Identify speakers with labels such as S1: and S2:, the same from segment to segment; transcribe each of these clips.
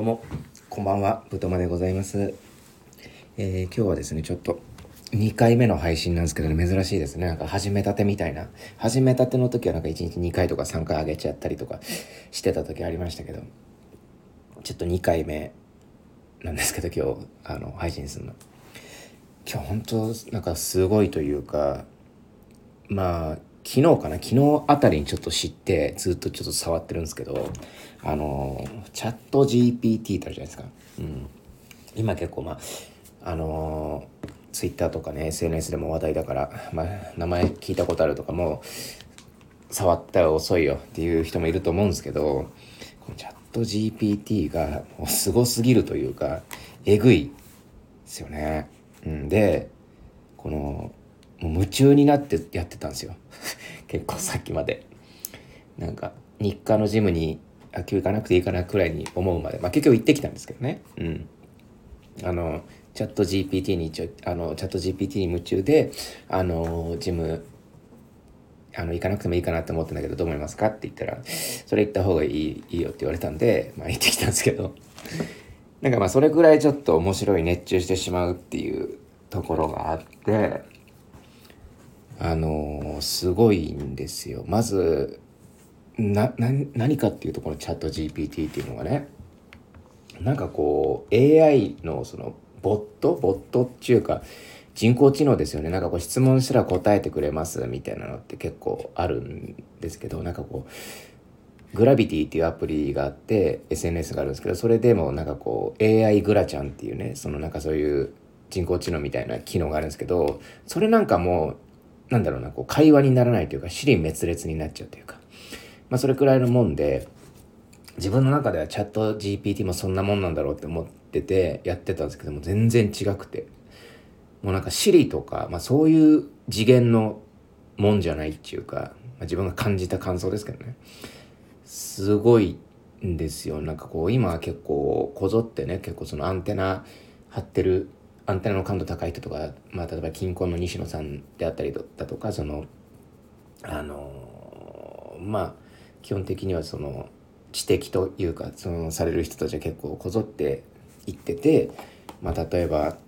S1: もこんばんは、ぶとまでございます。今日はですねちょっと2回目の配信なんですけどね、珍しいですね。なんか始めたてみたいな、始めたての時はなんか1日2回とか3回上げちゃったりとかしてた時ありましたけど、ちょっと2回目なんですけど、今日配信するの、今日本当なんかすごいというか、昨日あたりにちょっと知って、ずっとちょっと触ってるんですけど、チャット GPT ってあるじゃないですか。今結構ツイッターとかね SNS でも話題だから、名前聞いたことあるとか、もう触ったら遅いよっていう人もいると思うんですけど、このチャット GPT がもうすごすぎるというか、えぐいですよね。でこのもう夢中になってやってたんですよ結構さっきまで。なんか日課のジムに今日行かなくていいかなくらいに思うまで、結局行ってきたんですけどね。あのチャット GPT にチャット GPT に夢中で、ジム行かなくてもいいかなって思ってんだけどどう思いますかって言ったら、それ行った方がいいよって言われたんで、行ってきたんですけど、なんかそれぐらいちょっと面白い、熱中してしまうっていうところがあって、すごいんですよ。まず何かっていうと、このチャット GPT っていうのがね、なんかこう AI のそのボットっていうか人工知能ですよね。なんかこう質問したら答えてくれますみたいなのって結構あるんですけど、なんかこうグラビティっていうアプリがあって SNS があるんですけど、それでもなんかこう AI グラちゃんっていうね、そのなんかそういう人工知能みたいな機能があるんですけど、それなんかもうなんだろうな、こう会話にならないというか、支離滅裂になっちゃうというか、それくらいのもんで、自分の中ではチャット GPT もそんなもんなんだろうって思っててやってたんですけども、全然違くて、もうなんか Siri とか、そういう次元のもんじゃないっていうか、自分が感じた感想ですけどね、すごいんですよ。なんかこう今は結構こぞってね、結構そのアンテナ張ってる、アンテナの感度高い人とか、例えば金婚の西野さんであったりだとか、その基本的にはその知的というか、そのされる人たちは結構こぞって言ってて、例えば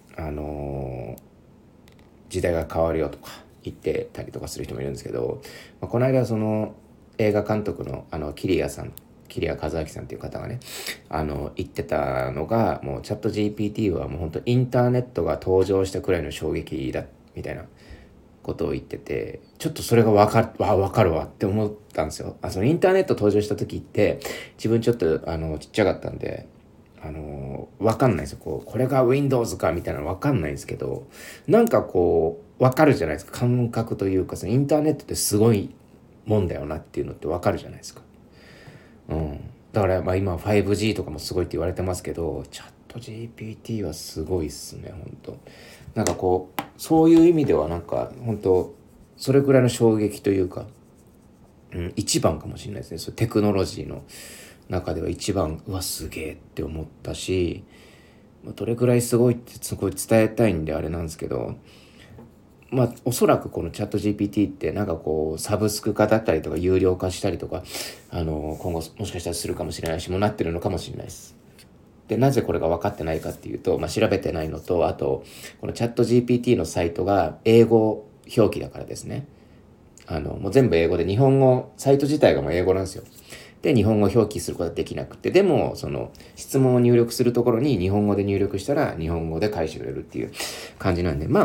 S1: 時代が変わるよとか言ってたりとかする人もいるんですけど、この間その映画監督の桐谷和明さんっていう方がね、言ってたのが、もうチャット GPT はもう本当インターネットが登場したくらいの衝撃だみたいなことを言ってて、ちょっとそれが分かるわって思ったんですよ。そのインターネット登場した時って、自分ちょっとちっちゃかったんで、分かんないですよ。これが Windows かみたいなの分かんないんですけど、なんかこう分かるじゃないですか。感覚というか、そのインターネットってすごいもんだよなっていうのって分かるじゃないですか。だから今 5G とかもすごいって言われてますけど、チャット GPT はすごいっすね、本当。なんかこうそういう意味ではなんか本当それぐらいの衝撃というか、一番かもしれないですね。それテクノロジーの中では一番、うわすげえって思ったし、どれぐらいすごいってすごい伝えたいんであれなんですけど、おそらくこのチャット GPT ってなんかこうサブスク化だったりとか有料化したりとか、今後もしかしたらするかもしれないし、もうなってるのかもしれないです。で、なぜこれが分かってないかっていうと、調べてないのと、あとこのチャット GPT のサイトが英語表記だからですね。もう全部英語で、日本語サイト自体がもう英語なんですよ。で、日本語表記することはできなくて、でもその質問を入力するところに日本語で入力したら日本語で返してくれるっていう感じなんで、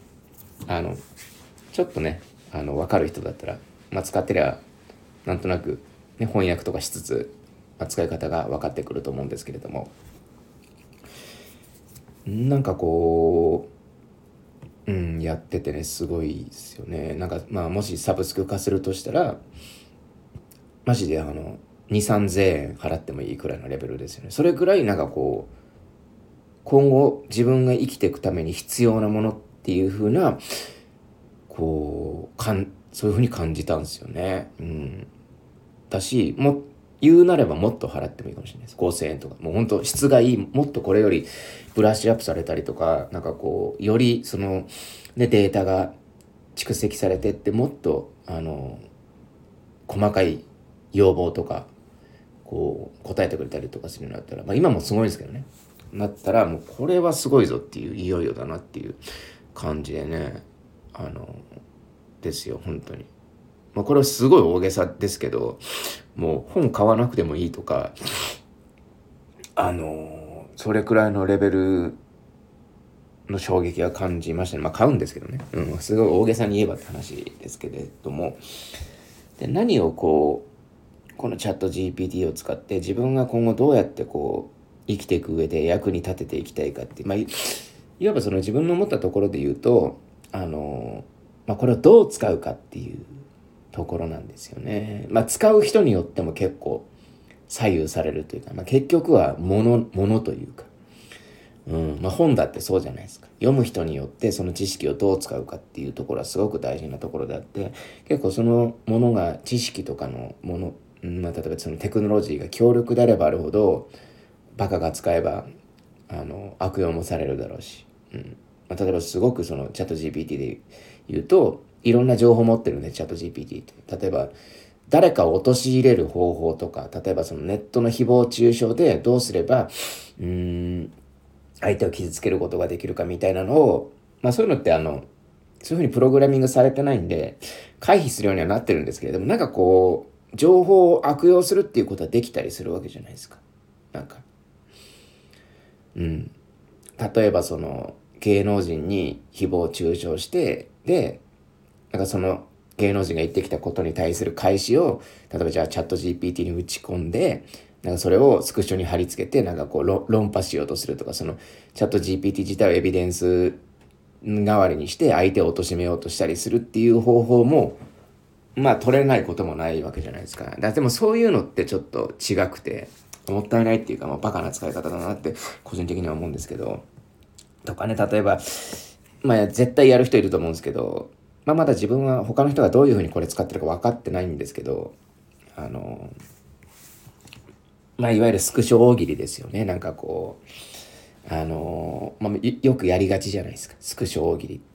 S1: ちょっとね、分かる人だったら、使ってりゃなんとなく、ね、翻訳とかしつつ、使い方が分かってくると思うんですけれども、なんかこうやっててね、すごいですよね。なんかもしサブスク化するとしたら、マジで2、3千円払ってもいいくらいのレベルですよね。それぐらいなんかこう、今後自分が生きていくために必要なものっていう風な、そういう風に感じたんですよね。だし、言うなればもっと払ってもいいかもしれないです。5,000円とか。もう本当質がいい、もっとこれよりブラッシュアップされたりとか、なんかこう、よりその、ね、データが蓄積されてって、もっと、細かい要望とか、 こう答えてくれたりとかするようになったら、今もすごいですけどね、なったらもうこれはすごいぞっていう、いよいよだなっていう感じでね、ですよ本当に。これはすごい大げさですけど、もう本買わなくてもいいとか、それくらいのレベルの衝撃は感じましたね。買うんですけどね、すごい大げさに言えばって話ですけれども、で何をこのチャット GPT を使って自分が今後どうやって生きていく上で役に立てていきたいかっていう、いわばその自分の思ったところで言うと、これをどう使うかっていうところなんですよね。使う人によっても結構左右されるというか、結局はものというか、本だってそうじゃないですか。読む人によってその知識をどう使うかっていうところはすごく大事なところであって、結構そのものが知識とかのもの、例えばそのテクノロジーが強力であればあるほど、バカが使えば悪用もされるだろうし、例えばすごくそのチャット GPT で言うと、いろんな情報持ってるね、チャット GPT って。例えば誰かを陥れる方法とか、例えばそのネットの誹謗中傷でどうすれば相手を傷つけることができるかみたいなのを、そういうのってそういうふうにプログラミングされてないんで回避するようにはなってるんですけれども、情報を悪用するっていうことはできたりするわけじゃないですか。例えばその芸能人に誹謗中傷して、でその芸能人が言ってきたことに対する返しを、例えばじゃあチャット GPT に打ち込んで、それをスクショに貼り付けて論破しようとするとか、そのチャット GPT 自体をエビデンス代わりにして相手を貶めようとしたりするっていう方法も取れないこともないわけじゃないですか。でもそういうのってちょっと違くてもったいないっていうか、バカな使い方だなって個人的には思うんですけど、とかね、例えば絶対やる人いると思うんですけど、まだ自分は他の人がどういうふうにこれ使ってるか分かってないんですけど、いわゆるスクショ大喜利ですよね。よくやりがちじゃないですか、スクショ大喜利って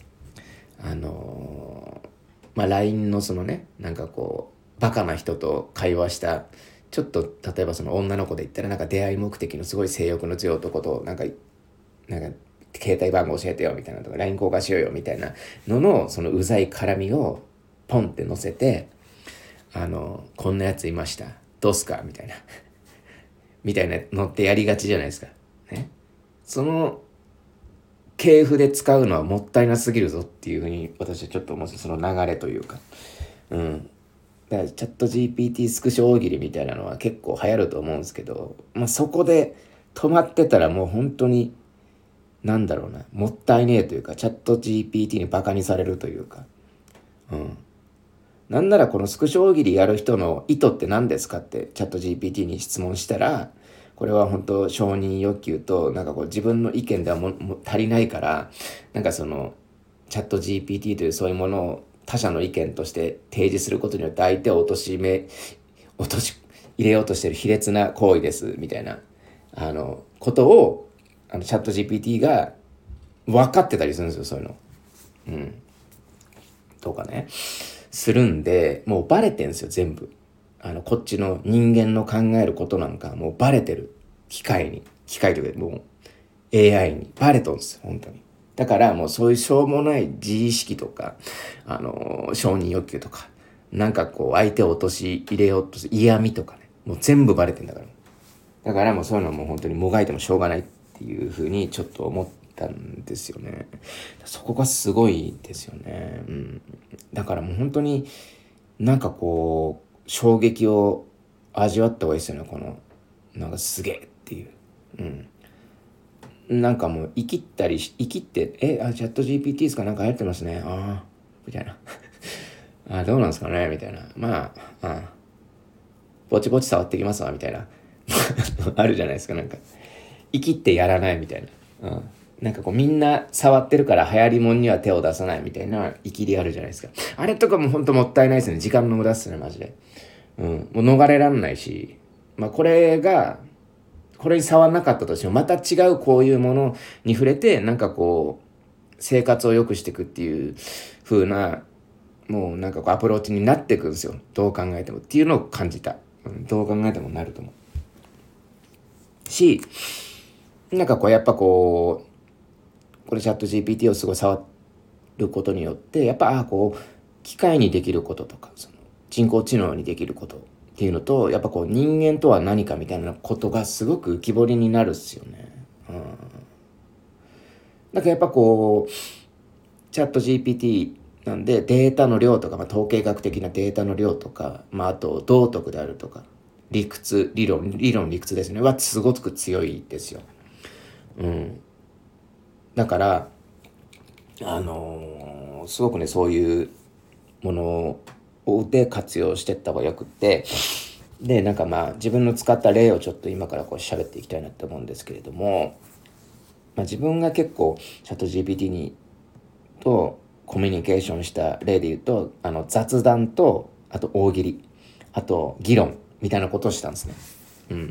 S1: 。LINE のそのね、バカな人と会話した、ちょっと例えばその女の子で言ったら出会い目的のすごい性欲の強い男と携帯番号教えてよみたいなとか LINE 交換しようよみたいなのの、そのうざい絡みをポンって載せて、こんなやついましたどうすかみたいなみたいなのってやりがちじゃないですかね。その系譜で使うのはもったいなすぎるぞっていうふうに私はちょっと思うんです。その流れというか、だからチャット GPT スクショ大喜利みたいなのは結構流行ると思うんですけど、そこで止まってたらもう本当にもったいねえというか、チャット GPT にバカにされるというか、なんならこのスクショ大喜利やる人の意図って何ですかってチャット GPT に質問したら、これは本当承認欲求と自分の意見ではも足りないから、そのチャット GPT というそういうものを他者の意見として提示することによって相手を陥れようとしている卑劣な行為ですみたいなことをチャット GPT が分かってたりするんですよ、そういうの。とかね、するんで、もうバレてんですよ、全部。こっちの人間の考えることなんかもうバレてる。機械というかもう AI にバレとんですよ、本当に。だからもうそういうしょうもない自意識とか、承認欲求とか、相手を陥れようとする嫌味とかね、もう全部バレてんだから。だからもうそういうのも本当にもがいてもしょうがないっていうふうにちょっと思ったんですよね。そこがすごいですよね。だからもう本当に衝撃を味わった方がいいですよね。このすげえっていう。もう生きってチャット GPT ですか、流行ってますね。みたいな。どうなんですかねみたいな。ぼちぼち触ってきますわみたいなあるじゃないですか。生きってやらないみたいな。みんな触ってるから流行りもんには手を出さないみたいな生きりあるじゃないですか。あれとかもほんともったいないですね。時間の無駄っすね、マジで。もう逃れらんないし、これに触んなかったとしてもまた違うこういうものに触れて生活を良くしていくっていう風なもうアプローチになっていくんですよ。どう考えてもっていうのを感じた。 どう考えてもなると思うし、なんかこうやっぱこれチャット GPT をすごい触ることによってやっぱこう機械にできることとかその人工知能にできることっていうのとやっぱこう人間とは何かみたいなことがすごく浮き彫りになるっすよね。だからやっぱこうチャット GPT なんでデータの量とか、統計学的なデータの量とか、あと道徳であるとか理屈理論理屈ですねはすごく強いですよ。だからすごくねそういうもので活用していった方がよくって、でなんか自分の使った例をちょっと今からこう喋っていきたいなって思うんですけれども、自分が結構チャット GPT にとコミュニケーションした例で言うと雑談とあと大喜利あと議論みたいなことをしたんですね。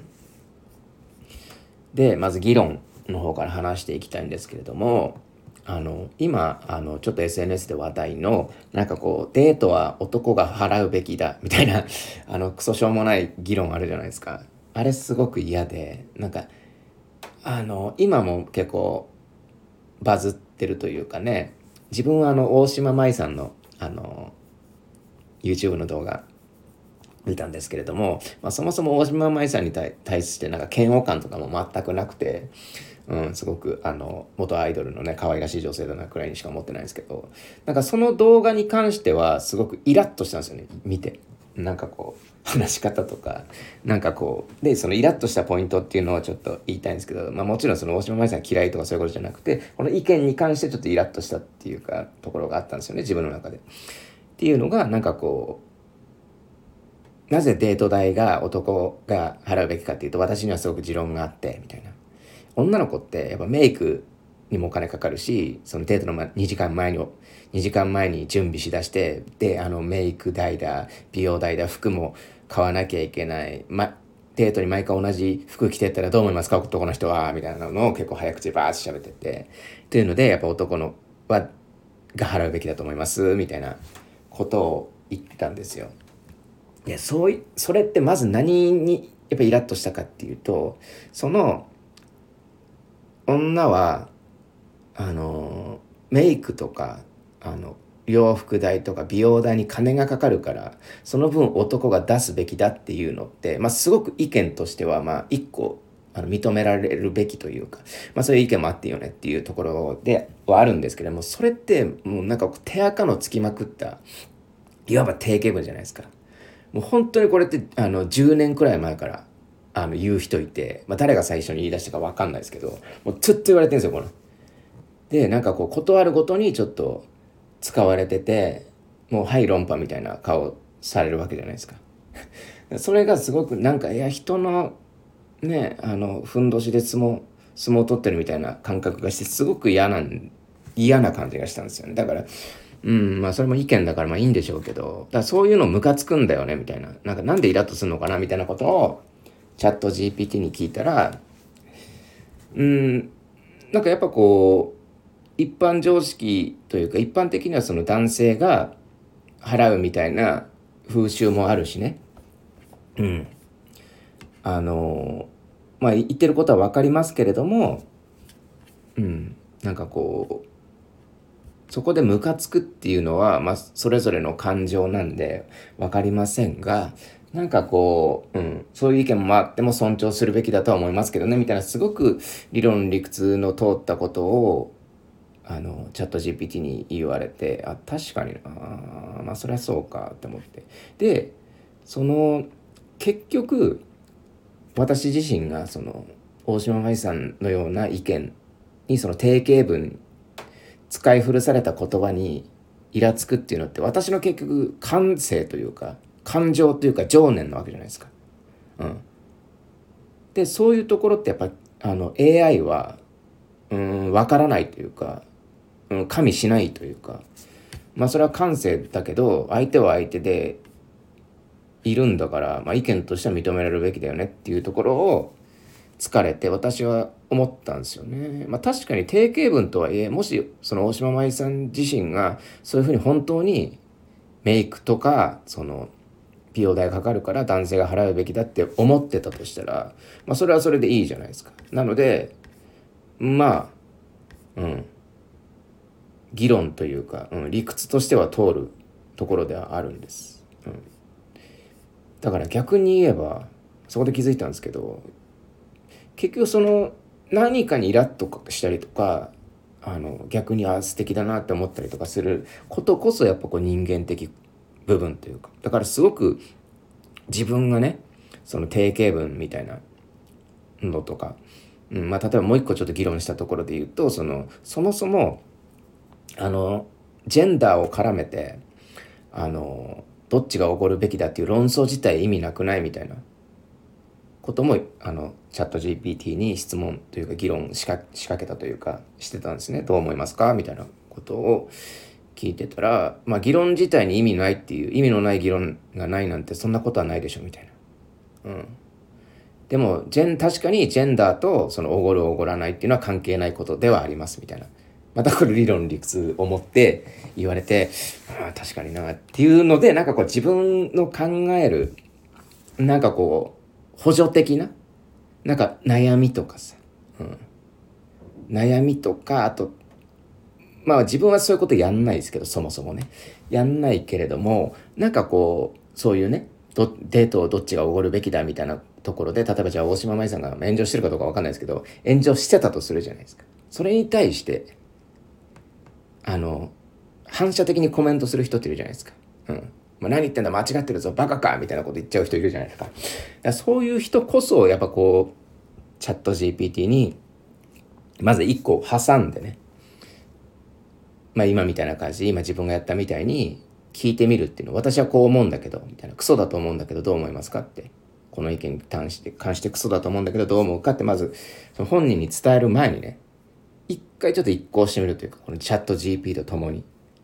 S1: でまず議論の方から話していきたいんですけれども、今ちょっと SNS で話題のなんかこうデートは男が払うべきだみたいなクソしょうもない議論あるじゃないですか。あれすごく嫌で、なんか今も結構バズってるというかね、自分は大島舞さんのYouTube の動画見たんですけれども、そもそも大島舞さんに対してなんか嫌悪感とかも全くなくて、すごく元アイドルのね可愛らしい女性だなくらいにしか思ってないんですけど、なんかその動画に関してはすごくイラッとしたんですよね、見て。なんかこう話し方とかなんかこうでそのイラッとしたポイントっていうのをちょっと言いたいんですけど、もちろんその大島麻衣さん嫌いとかそういうことじゃなくて、この意見に関してちょっとイラッとしたっていうかところがあったんですよね、自分の中で。っていうのがなんかこう、なぜデート代が男が払うべきかっていうと私にはすごく持論があってみたいな。女の子ってやっぱメイクにもお金かかるし、そのデートの2時間前に準備しだして、でメイク代だ美容代だ服も買わなきゃいけない、デートに毎回同じ服着てったらどう思いますか男の人はみたいなのを結構早口でバーッと喋ってて、っていうのでやっぱ男のはが払うべきだと思いますみたいなことを言ってたんですよ。いやそれってまず何にやっぱイラッとしたかっていうと、その女はメイクとか洋服代とか美容代に金がかかるからその分男が出すべきだっていうのって、すごく意見としては一個認められるべきというか、そういう意見もあっていいよねっていうところではあるんですけども、それってもうなんか手垢のつきまくったいわば定型文じゃないですか。もう本当にこれって10年くらい前から言う人いて、誰が最初に言い出したか分かんないですけど、もうずっと言われてるんですよこの。でなんかこう断るごとにちょっと使われてて、もうはい論破みたいな顔されるわけじゃないですか。それがすごくなんか人のねふんどしで相撲を取ってるみたいな感覚がしてすごく嫌な感じがしたんですよね。だからそれも意見だからいいんでしょうけど、だからそういうのムカつくんだよねみたいな、なんでイラッとするのかなみたいなことをチャット GPT に聞いたら、なんかやっぱこう一般常識というか一般的にはその男性が払うみたいな風習もあるしね。言ってることは分かりますけれども、なんかこうそこでムカつくっていうのは、それぞれの感情なんで分かりませんが、なんかこう、そういう意見もあっても尊重するべきだとは思いますけどねみたいな、すごく理論理屈の通ったことをチャット GPT に言われて、確かにな、そりゃそうかって思って、で結局私自身がその大島麻衣さんのような意見にその定型文使い古された言葉にイラつくっていうのって、私の結局感性というか感情というか情念なわけじゃないですか。でそういうところってやっぱAI はわからないというか、加味しないというか、それは感性だけど相手は相手でいるんだから、意見としては認められるべきだよねっていうところを疲れて私は思ったんですよね。確かに定型文とはいえ、もしその大島麻衣さん自身がそういうふうに本当にメイクとかその美容代かかるから男性が払うべきだって思ってたとしたら、それはそれでいいじゃないですか。なので議論というか、理屈としては通るところではあるんです。だから逆に言えばそこで気づいたんですけど、結局その何かにイラッとしたりとか、逆に素敵だなって思ったりとかすることこそやっぱ人間的部分というか、だからすごく自分がね、その定型文みたいなのとか、例えばもう一個ちょっと議論したところで言うと、そもそもジェンダーを絡めてどっちがおごるべきだっていう論争自体意味なくないみたいなこともチャット GPT に質問というか議論仕掛けたというかしてたんですね。どう思いますかみたいなことを聞いてたら、議論自体に意味ないっていう、意味のない議論がないなんてそんなことはないでしょみたいな。でも確かにジェンダーとそのおごるおごらないっていうのは関係ないことではありますみたいな。またこれ理論理屈を持って言われて、確かになっていうので、自分の考える補助的な悩みとかさ、悩みとか、あと自分はそういうことやんないですけど、そもそもねやんないけれども、そういうねデートをどっちがおごるべきだみたいなところで、例えばじゃあ大島麻衣さんが炎上してるかどうか分かんないですけど、炎上してたとするじゃないですか。それに対して反射的にコメントする人っているじゃないですか。何言ってんだ間違ってるぞバカかみたいなこと言っちゃう人いるじゃないですか。だからそういう人こそやっぱチャット GPT にまず一個挟んでね、今みたいな感じ、今自分がやったみたいに聞いてみるっていうの、私はこう思うんだけどみたいな、クソだと思うんだけどどう思いますかって、この意見に関してクソだと思うんだけどどう思うかって、まずその本人に伝える前にね、一回ちょっと移行してみるというか、このチャット GP とともに、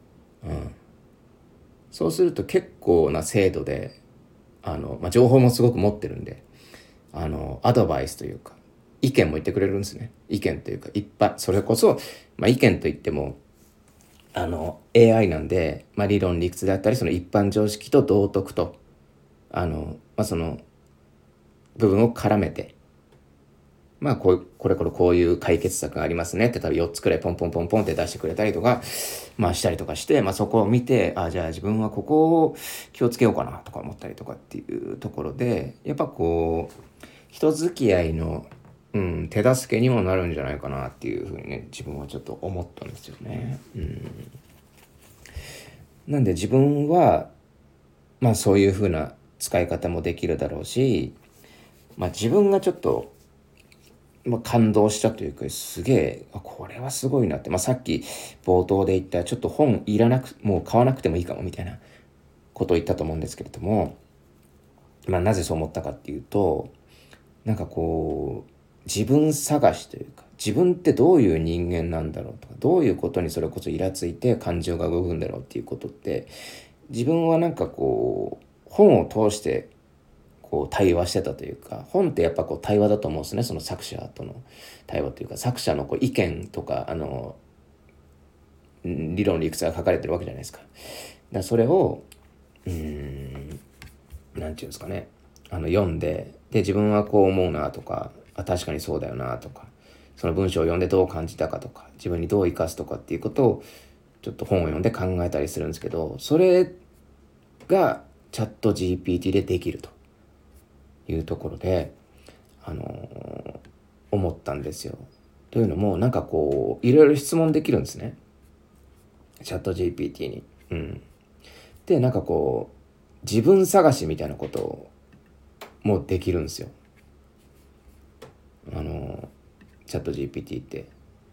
S1: そうすると結構な精度で情報もすごく持ってるんで、アドバイスというか意見も言ってくれるんですね。意見というかそれこそ、意見といってもAI なんで、理論理屈であったり、その一般常識と道徳とその部分を絡めて、これこういう解決策がありますねって多分4つくらいポンポンポンポンって出してくれたりとかしたりとかして、そこを見て、じゃあ自分はここを気をつけようかなとか思ったりとかっていうところで、やっぱ人付き合いの手助けにもなるんじゃないかなっていうふうにね、自分はちょっと思ったんですよね。なんで自分はそういうふうな使い方もできるだろうし、自分がちょっと感動したというか、すげえこれはすごいなって、さっき冒頭で言ったちょっと本もう買わなくてもいいかもみたいなことを言ったと思うんですけれども、なぜそう思ったかっていうと、自分探しというか、自分ってどういう人間なんだろうとか、どういうことにそれこそイラついて感情が動くんだろうっていうことって、自分は本を通して対話してたというか、本ってやっぱ対話だと思うんですね。その作者との対話というか、作者の意見とか理論理屈が書かれてるわけじゃないですか。だからそれをなんていうんですかね、読んで、自分はこう思うなとか、確かにそうだよなとか、その文章を読んでどう感じたかとか、自分にどう生かすとかっていうことをちょっと本を読んで考えたりするんですけど、それがチャット GPT でできるというところで、思ったんですよ。というのもいろいろ質問できるんですね、チャット GPT に。で自分探しみたいなこともできるんですよ、チャット GPT って。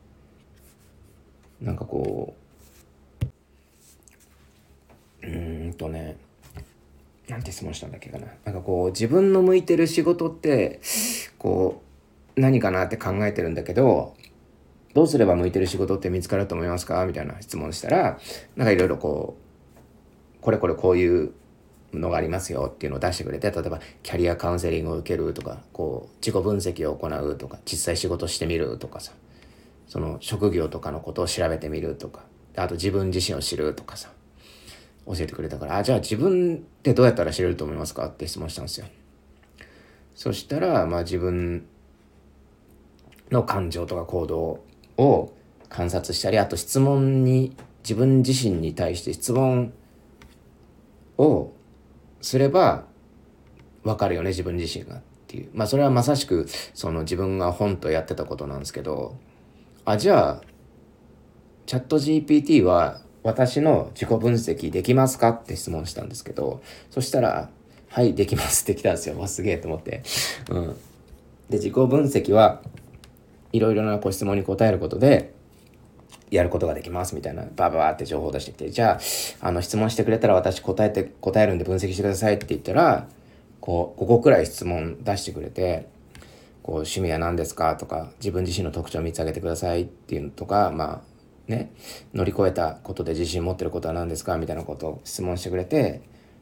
S1: なんて質問したんだっけかな。自分の向いてる仕事って何かなって考えてるんだけど、どうすれば向いてる仕事って見つかると思いますかみたいな質問したら、いろいろこれこういうのがありますよっていうのを出してくれて、例えばキャリアカウンセリングを受けるとか、自己分析を行うとか、実際仕事してみるとかさ、その職業とかのことを調べてみるとか、あと自分自身を知るとかさ、 教えてくれたから、じゃあ自分ってどうやったら知れると思いますかって質問したんですよ。そしたら自分の感情とか行動を観察したり、あと質問に、自分自身に対して質問をすれば分かるよね、自分自身がっていう。それはまさしくその自分が本とやってたことなんですけど、じゃあチャット GPT は私の自己分析できますかって質問したんですけど、そしたらはいできますって来たんですよ。すげえと思って、で自己分析はいろいろな質問に答えることでやることができますみたいなバーって情報を出してきて、じゃあ質問してくれたら私答えるんで分析してくださいって言ったら、5個くらい質問出してくれて、趣味は何ですかとか、自分自身の特徴を3つ挙げてくださいっていうのとか、乗り越えたことで自信持ってることは何ですかみたいなことを質問してくれて、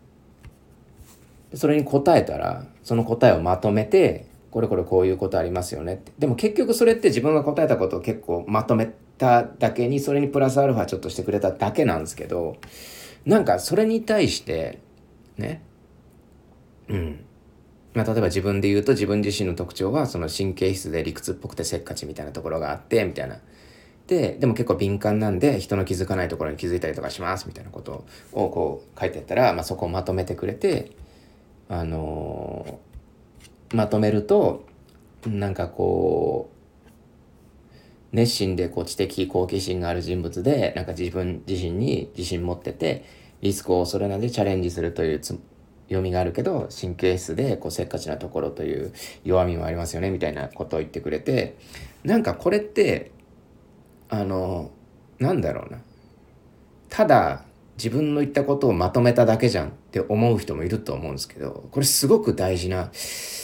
S1: それに答えたらその答えをまとめて、これこういうことありますよねって。でも結局それって自分が答えたことを結構まとめただけに、それにプラスアルファちょっとしてくれただけなんですけど、それに対してね、例えば自分で言うと、自分自身の特徴はその神経質で理屈っぽくてせっかちみたいなところがあってみたいな。でも結構敏感なんで人の気づかないところに気づいたりとかしますみたいなことを書いてあったら、そこをまとめてくれて、まとめると熱心で知的好奇心がある人物で、自分自身に自信持っててリスクを恐れないでチャレンジするという読みがあるけど、神経質でせっかちなところという弱みもありますよねみたいなことを言ってくれて、これってなんだろうな、ただ自分の言ったことをまとめただけじゃんって思う人もいると思うんですけど、これすごく大事な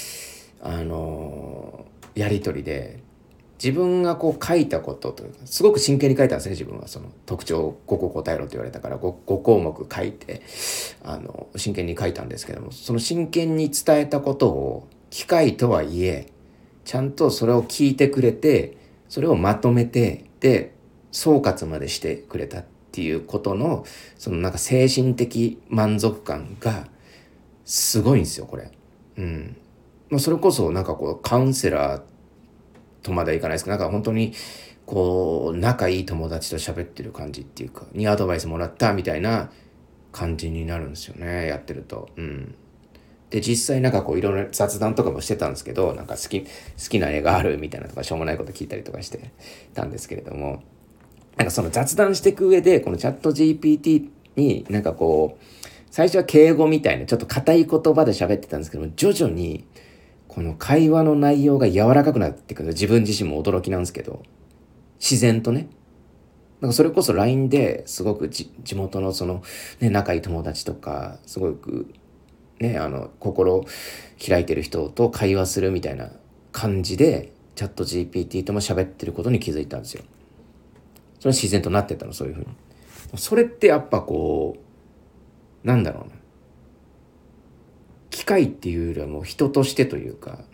S1: やり取りで、自分が書いたことというか、すごく真剣に書いたんですね。自分はその特徴を5個答えろと言われたから 5項目書いて真剣に書いたんですけども、その真剣に伝えたことを機械とはいえちゃんとそれを聞いてくれて、それをまとめて、で総括までしてくれたっていうことの、その精神的満足感がすごいんですよこれ。それこそカウンセラーとまではいかないですけど、本当に仲いい友達と喋ってる感じっていうか、にアドバイスもらったみたいな感じになるんですよね、やってると。で実際いろいろ雑談とかもしてたんですけど、好きな映画あるみたいなとかしょうもないこと聞いたりとかしてたんですけれども、その雑談していく上でこのチャット GPT に最初は敬語みたいなちょっと硬い言葉で喋ってたんですけども、徐々にこの会話の内容が柔らかくなってくる。自分自身も驚きなんですけど、自然とね、それこそ LINE ですごく地元の仲いい友達とか、すごく心開いてる人と会話するみたいな感じでチャット GPT とも喋ってることに気づいたんですよ。それは自然となってたの、そういうふうに。それってやっぱなんだろうな、機械っていうよりはもう人としてというか、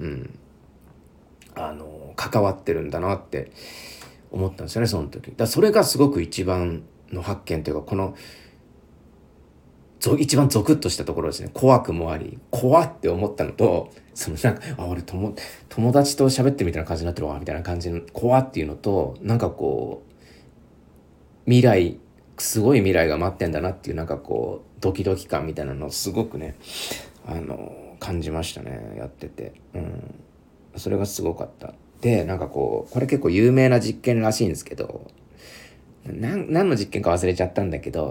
S1: 関わってるんだなって思ったんですよね、その時。それがすごく一番の発見というか、一番ゾクッとしたところですね。怖くもあり、怖って思ったのと、俺友達と喋ってるみたいな感じになってるわみたいな感じの怖っていうのと、未来、すごい未来が待ってんだなっていうドキドキ感みたいなのをすごくね感じましたね、やってて。それがすごかった。でこれ結構有名な実験らしいんですけど、何の実験か忘れちゃったんだけど、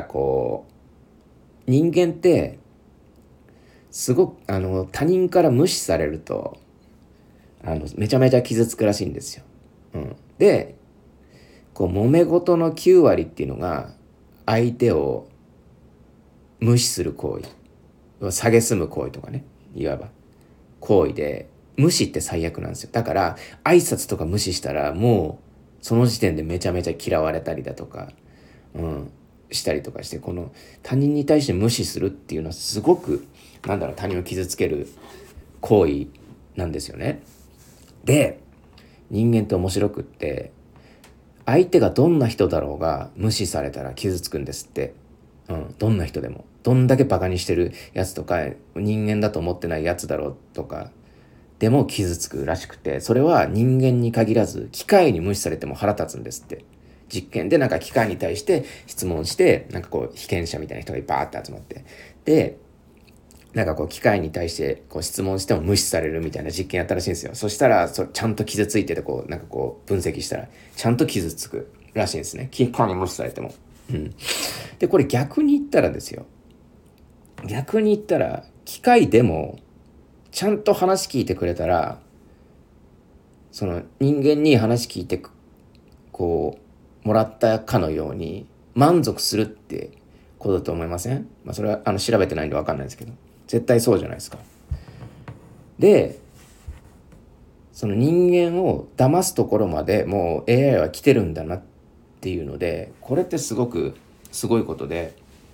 S1: 人間ってすごく他人から無視されるとめちゃめちゃ傷つくらしいんですよ。で揉め事の9割っていうのが相手を無視する行為、蔑む行為とかね、いわば行為で、無視って最悪なんですよ。だから挨拶とか無視したらもうその時点でめちゃめちゃ嫌われたりだとか、したりとかして、この他人に対して無視するっていうのはすごく他人を傷つける行為なんですよね。で人間って面白くって、相手がどんな人だろうが無視されたら傷つくんですって。 どんな人でも、どんだけバカにしてるやつとか人間だと思ってないやつだろうとかでも傷つくらしくて、それは人間に限らず機械に無視されても腹立つんですって。実験でなんか機械に対して質問して、なんかこう被験者みたいな人がバーって集まって、でなんかこう機械に対してこう質問しても無視されるみたいな実験やったらしいんですよ。そしたらちゃんと傷ついてて、こうなんかこう分析したらちゃんと傷つくらしいんですね、機械に無視されても。でこれ逆に言ったらですよ、逆に言ったら機械でもちゃんと話聞いてくれたら、その人間に話聞いてこうもらったかのように満足するってことだと思いません？それは調べてないんで分かんないですけど、絶対そうじゃないですか。でその人間を騙すところまでもう AI は来てるんだなっていうので、これってすごくすごいことで、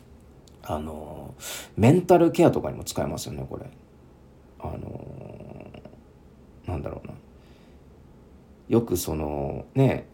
S1: メンタルケアとかにも使えますよね、これ。なんだろうな、よくそのね、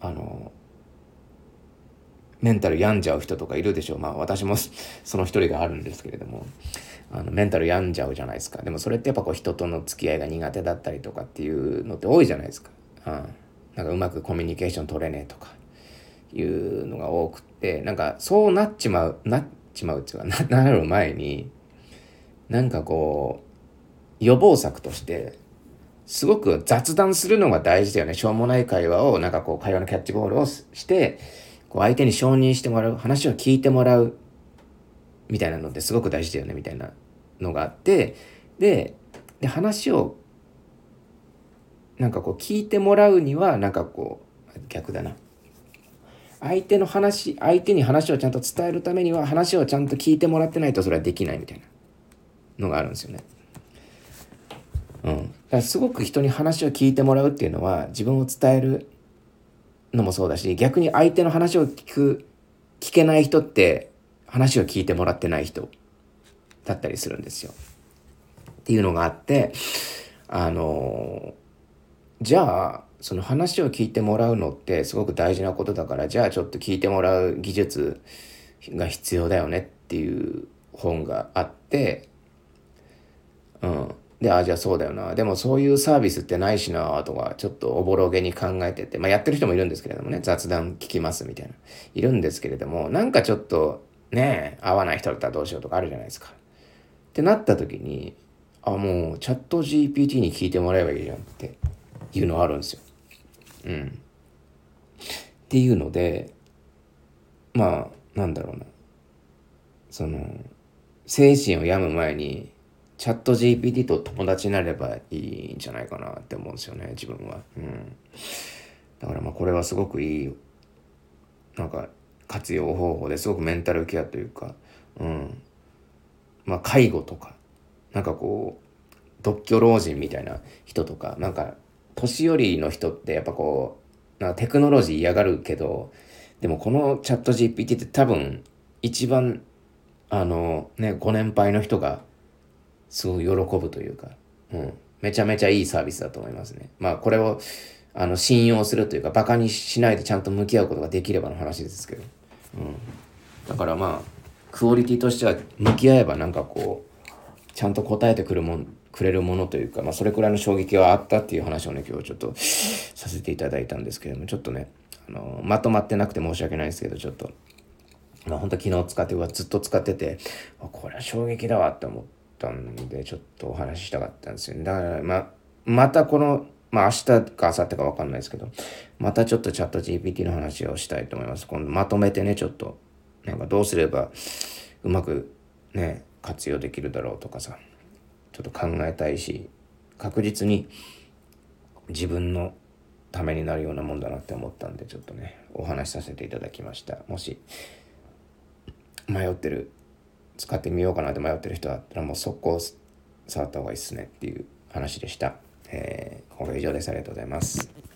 S1: メンタル病んじゃう人とかいるでしょう。私もその一人があるんですけれども、メンタル病んじゃうじゃないですか。でもそれってやっぱこう人との付き合いが苦手だったりとかっていうのって多いじゃないですか。なんかうまくコミュニケーション取れねえとかいうのが多くって、なんかそうなっちまうっていうかなる前に、なんかこう予防策としてすごく雑談するのが大事だよね。しょうもない会話をなんかこう会話のキャッチボールをしてこう相手に承認してもらう、話を聞いてもらうみたいなのってすごく大事だよねみたいなのがあって、で話をなんかこう聞いてもらうにはなんかこう逆だな、相手に話をちゃんと伝えるためには話をちゃんと聞いてもらってないとそれはできないみたいなのがあるんですよね。だからすごく人に話を聞いてもらうっていうのは自分を伝えるのもそうだし、逆に相手の話を聞けない人って話を聞いてもらってない人だったりするんですよっていうのがあって、じゃあその話を聞いてもらうのってすごく大事なことだから、じゃあちょっと聞いてもらう技術が必要だよねっていう本があって、でじゃあそうだよな、でもそういうサービスってないしなとかちょっとおぼろげに考えてて、やってる人もいるんですけれどもね、雑談聞きますみたいないるんですけれども、なんかちょっとね合わない人だったらどうしようとかあるじゃないですかってなった時に、もうチャット GPT に聞いてもらえばいいじゃんっていうのあるんですよ。っていうので、なんだろうな、その精神を病む前にチャット GPT と友達になればいいんじゃないかなって思うんですよね、自分は。だからこれはすごくいいなんか活用方法ですごくメンタルケアというか、介護とかなんかこう独居老人みたいな人とか、なんか年寄りの人ってやっぱこうなんかテクノロジー嫌がるけど、でもこのチャット GPT って多分一番ご年配の人がすごい喜ぶというか、めちゃめちゃいいサービスだと思いますね。これを信用するというかバカにしないでちゃんと向き合うことができればの話ですけど、だからクオリティとしては向き合えばなんかこうちゃんと答えてくれるものというか、それくらいの衝撃はあったっていう話をね今日ちょっとさせていただいたんですけれども、ちょっとねまとまってなくて申し訳ないですけど、ちょっと本当昨日使ってずっと使っててこれは衝撃だわって思ったんで、ちょっとお話ししたかったんですよね。だからまたこの明日か明後日か分かんないですけど、またちょっとチャット GPT の話をしたいと思います。今度まとめてね、ちょっとなんかどうすればうまくね活用できるだろうとかさ、ちょっと考えたいし、確実に自分のためになるようなもんだなって思ったんで、ちょっとねお話しさせていただきました。もし使ってみようかなって迷ってる人だったらもう速攻触った方がいいっすねっていう話でした。これ以上です。ありがとうございます。